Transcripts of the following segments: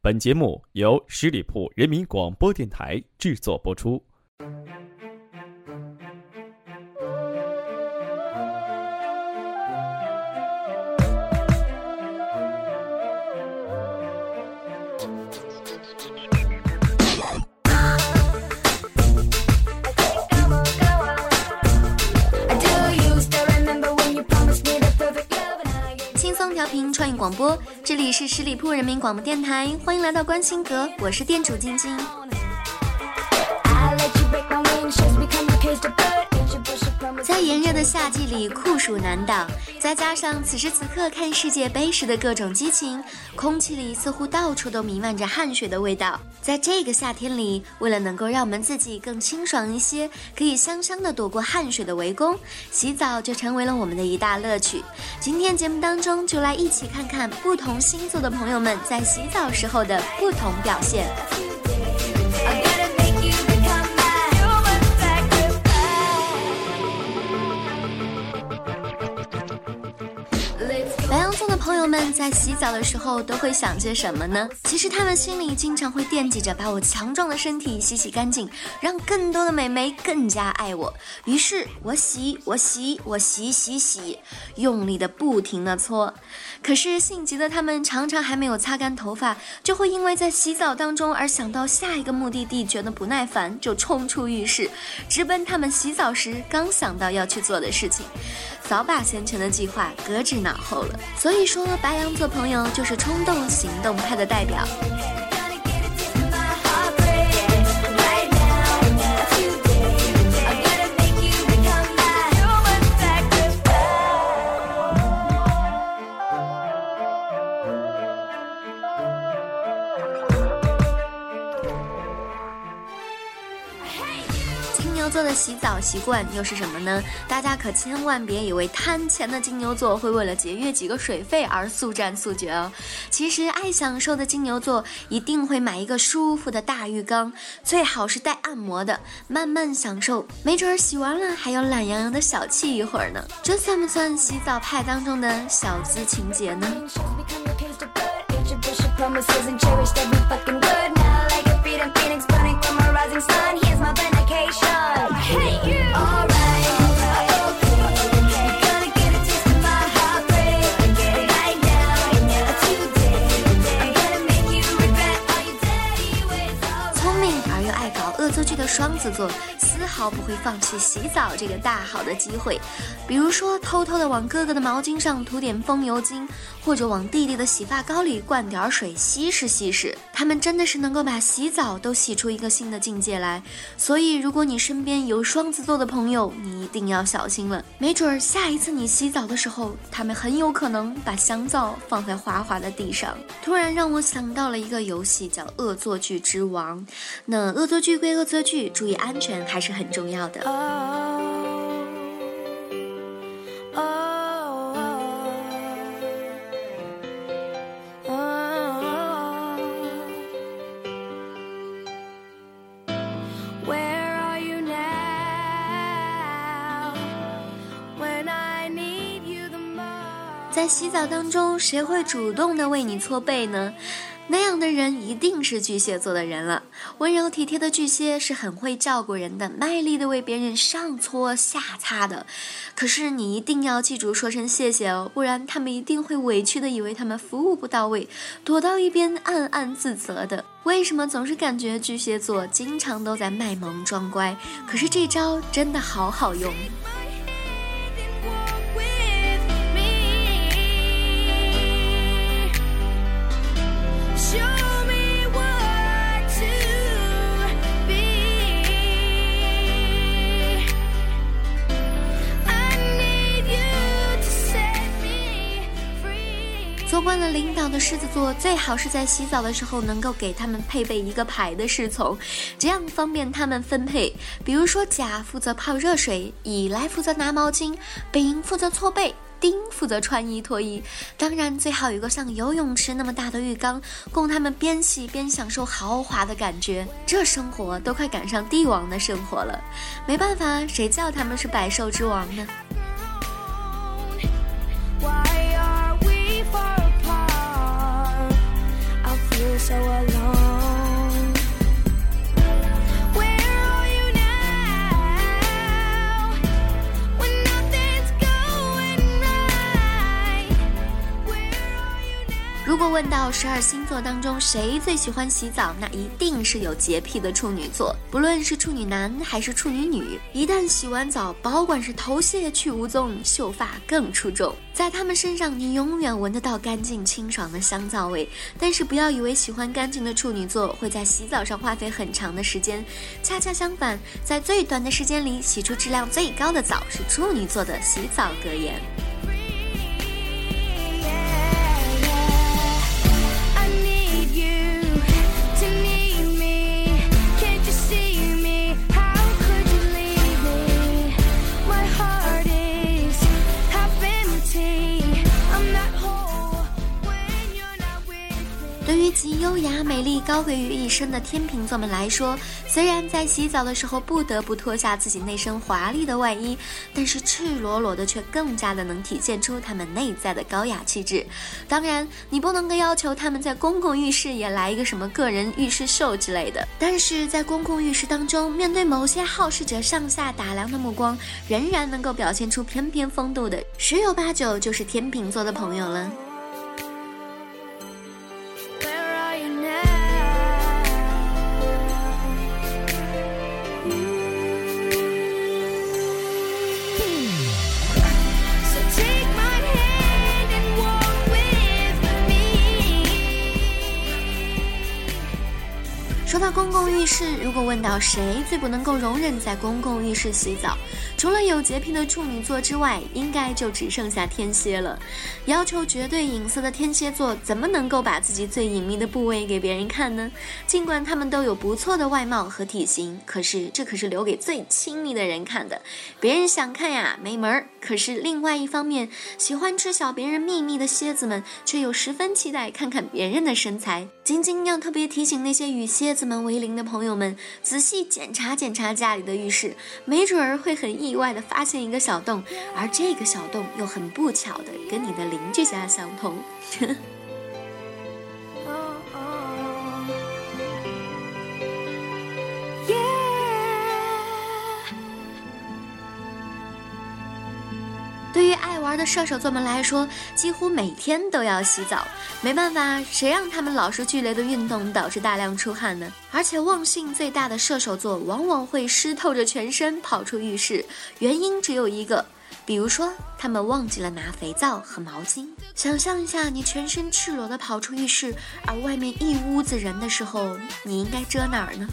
本节目由十里铺人民广播电台制作播出。 调频创意广播，这里是十里铺人民广播电台，欢迎来到观星阁，我是店主晶晶。在炎热的夏季里酷暑难挡，再加上此时此刻看世界杯时的各种激情，空气里似乎到处都弥漫着汗水的味道。在这个夏天里，为了能够让我们自己更清爽一些，可以香香的躲过汗水的围攻，洗澡就成为了我们的一大乐趣。今天节目当中就来一起看看不同星座的朋友们在洗澡时候的不同表现。白羊座的朋友们在洗澡的时候都会想些什么呢？其实他们心里经常会惦记着把我强壮的身体洗洗干净，让更多的美眉更加爱我。于是我洗，用力的不停的搓。可是性急的他们常常还没有擦干头发，就会因为在洗澡当中而想到下一个目的地，觉得不耐烦，就冲出浴室，直奔他们洗澡时刚想到要去做的事情，早把先前的计划搁置脑后了。所以说白羊座朋友就是冲动行动派的代表。金牛座的洗澡习惯又是什么呢？大家可千万别以为贪钱的金牛座会为了节约几个水费而速战速决哦。其实爱享受的金牛座一定会买一个舒服的大浴缸，最好是带按摩的，慢慢享受，没准洗完了还要懒洋洋的小憩一会儿呢。这算不算洗澡派当中的小资情节呢？恶作剧的双子座丝毫不会放弃洗澡这个大好的机会，比如说偷偷的往哥哥的毛巾上涂点风油精，或者往弟弟的洗发膏里灌点水稀释。他们真的是能够把洗澡都洗出一个新的境界来。所以如果你身边有双子座的朋友，你一定要小心了，没准下一次你洗澡的时候，他们很有可能把香皂放在滑滑的地上。突然让我想到了一个游戏叫恶作剧之王。那恶作剧归恶作剧，注意安全还是很重要的。在洗澡当中，谁会主动的为你搓背呢？那样的人一定是巨蟹座的人了。温柔体贴的巨蟹是很会照顾人的，卖力的为别人上搓下擦的。可是你一定要记住说声谢谢哦，不然他们一定会委屈的以为他们服务不到位，躲到一边暗暗自责的。为什么总是感觉巨蟹座经常都在卖萌装乖？可是这招真的好好用。做惯了领导的狮子座，最好是在洗澡的时候能够给他们配备一个排的侍从，这样方便他们分配。比如说甲负责泡热水，乙来负责拿毛巾，丙负责搓背，丁负责穿衣脱衣。当然最好有个像游泳池那么大的浴缸，供他们边洗边享受豪华的感觉。这生活都快赶上帝王的生活了，没办法，谁叫他们是百兽之王呢？So 果问到12星座当中谁最喜欢洗澡，那一定是有洁癖的处女座。不论是处女男还是处女女，一旦洗完澡，保管是头屑去无踪，秀发更出众。在他们身上，你永远闻得到干净清爽的香皂味。但是不要以为喜欢干净的处女座会在洗澡上花费很长的时间，恰恰相反，在最短的时间里洗出质量最高的澡是处女座的洗澡格言。对于集优雅、美丽、高贵于一身的天秤座们来说，虽然在洗澡的时候不得不脱下自己那身华丽的外衣，但是赤裸裸的却更加的能体现出他们内在的高雅气质。当然，你不能够要求他们在公共浴室也来一个什么个人浴室秀之类的，但是在公共浴室当中，面对某些好事者上下打量的目光，仍然能够表现出翩翩风度的，十有八九就是天秤座的朋友了。说到公共浴室，如果问到谁最不能够容忍在公共浴室洗澡，除了有洁癖的处女座之外，应该就只剩下天蝎了。要求绝对隐私的天蝎座怎么能够把自己最隐秘的部位给别人看呢？尽管他们都有不错的外貌和体型，可是这可是留给最亲密的人看的，别人想看呀没门儿。可是另外一方面，喜欢知晓别人秘密的蝎子们却又十分期待看看别人的身材。晶晶要特别提醒那些与蝎子们为邻的朋友们，仔细检查检查家里的浴室，没准儿会很意外的发现一个小洞，而这个小洞又很不巧的跟你的邻居家相同。对于爱玩的射手座们来说，几乎每天都要洗澡，没办法，谁让他们老是剧烈的运动导致大量出汗呢？而且忘性最大的射手座往往会湿透着全身跑出浴室，原因只有一个，比如说他们忘记了拿肥皂和毛巾。想象一下，你全身赤裸的跑出浴室，而外面一屋子人的时候，你应该遮哪儿呢？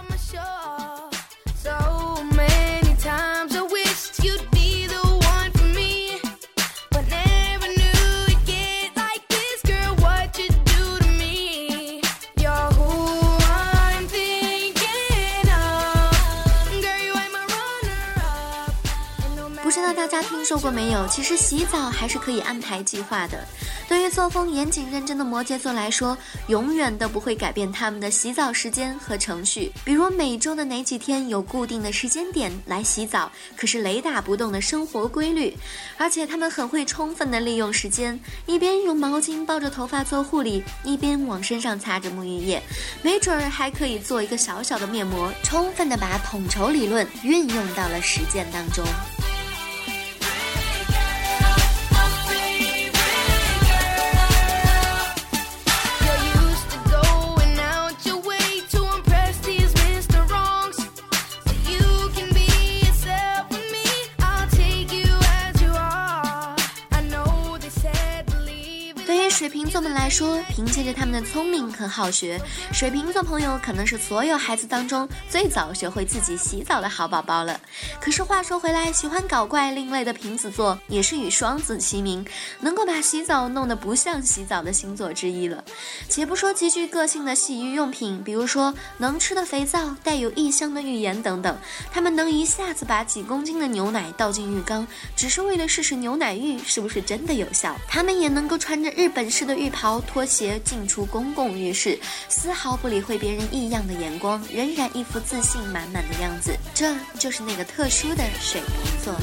不知道大家听说过没有，其实洗澡还是可以安排计划的。对于作风严谨认真的摩羯座来说，永远都不会改变他们的洗澡时间和程序，比如每周的哪几天有固定的时间点来洗澡，可是雷打不动的生活规律。而且他们很会充分的利用时间，一边用毛巾包着头发做护理，一边往身上擦着沐浴液，没准儿还可以做一个小小的面膜，充分的把统筹理论运用到了实践当中。水瓶座们来说，凭借着他们的聪明和好学，水瓶座朋友可能是所有孩子当中最早学会自己洗澡的好宝宝了。可是话说回来，喜欢搞怪另类的瓶子座也是与双子齐名，能够把洗澡弄得不像洗澡的星座之一了。且不说极具个性的洗浴用品，比如说能吃的肥皂、带有异香的浴盐等等，他们能一下子把几公斤的牛奶倒进浴缸，只是为了试试牛奶浴是不是真的有效。他们也能够穿着日本式的浴袍拖鞋进出公共浴室，丝毫不理会别人异样的眼光，仍然一副自信满满的样子。这就是那个特殊的水瓶座。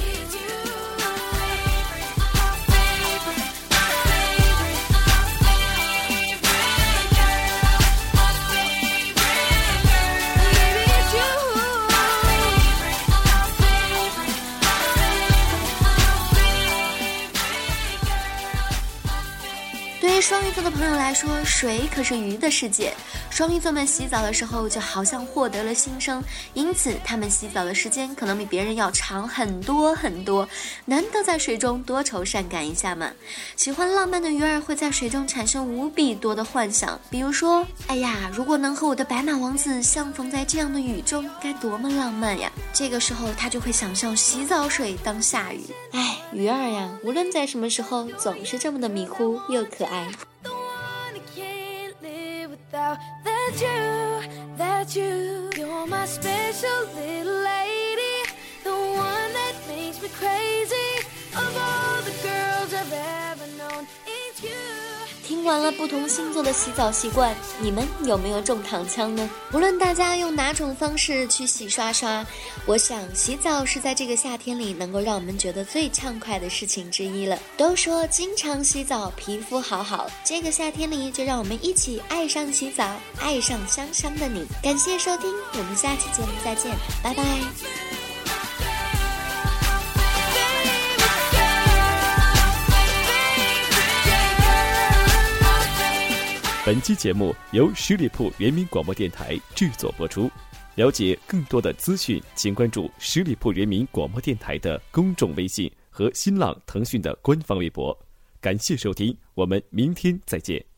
双鱼座座的朋友来说，水可是鱼的世界。双鱼座们洗澡的时候就好像获得了新生，因此他们洗澡的时间可能比别人要长很多很多，难得在水中多愁善感一下嘛。喜欢浪漫的鱼儿会在水中产生无比多的幻想，比如说，哎呀，如果能和我的白马王子相逢在这样的雨中，该多么浪漫呀！这个时候他就会想象洗澡水当下雨。哎，鱼儿呀，无论在什么时候，总是这么的迷糊又可爱。That you're my special little lady, the one that makes me crazy. Of all the girls I've ever known, it's you. 听完了不同星座的洗澡习惯，你们有没有中躺枪呢？无论大家用哪种方式去洗刷刷，我想洗澡是在这个夏天里能够让我们觉得最畅快的事情之一了。都说经常洗澡皮肤好，这个夏天里就让我们一起爱上洗澡，爱上香香的你。感谢收听，我们下期节目再见，拜拜。 本期节目由十里铺人民广播电台制作播出。了解更多的资讯，请关注十里铺人民广播电台的公众微信和新浪、腾讯的官方微博。感谢收听，我们明天再见。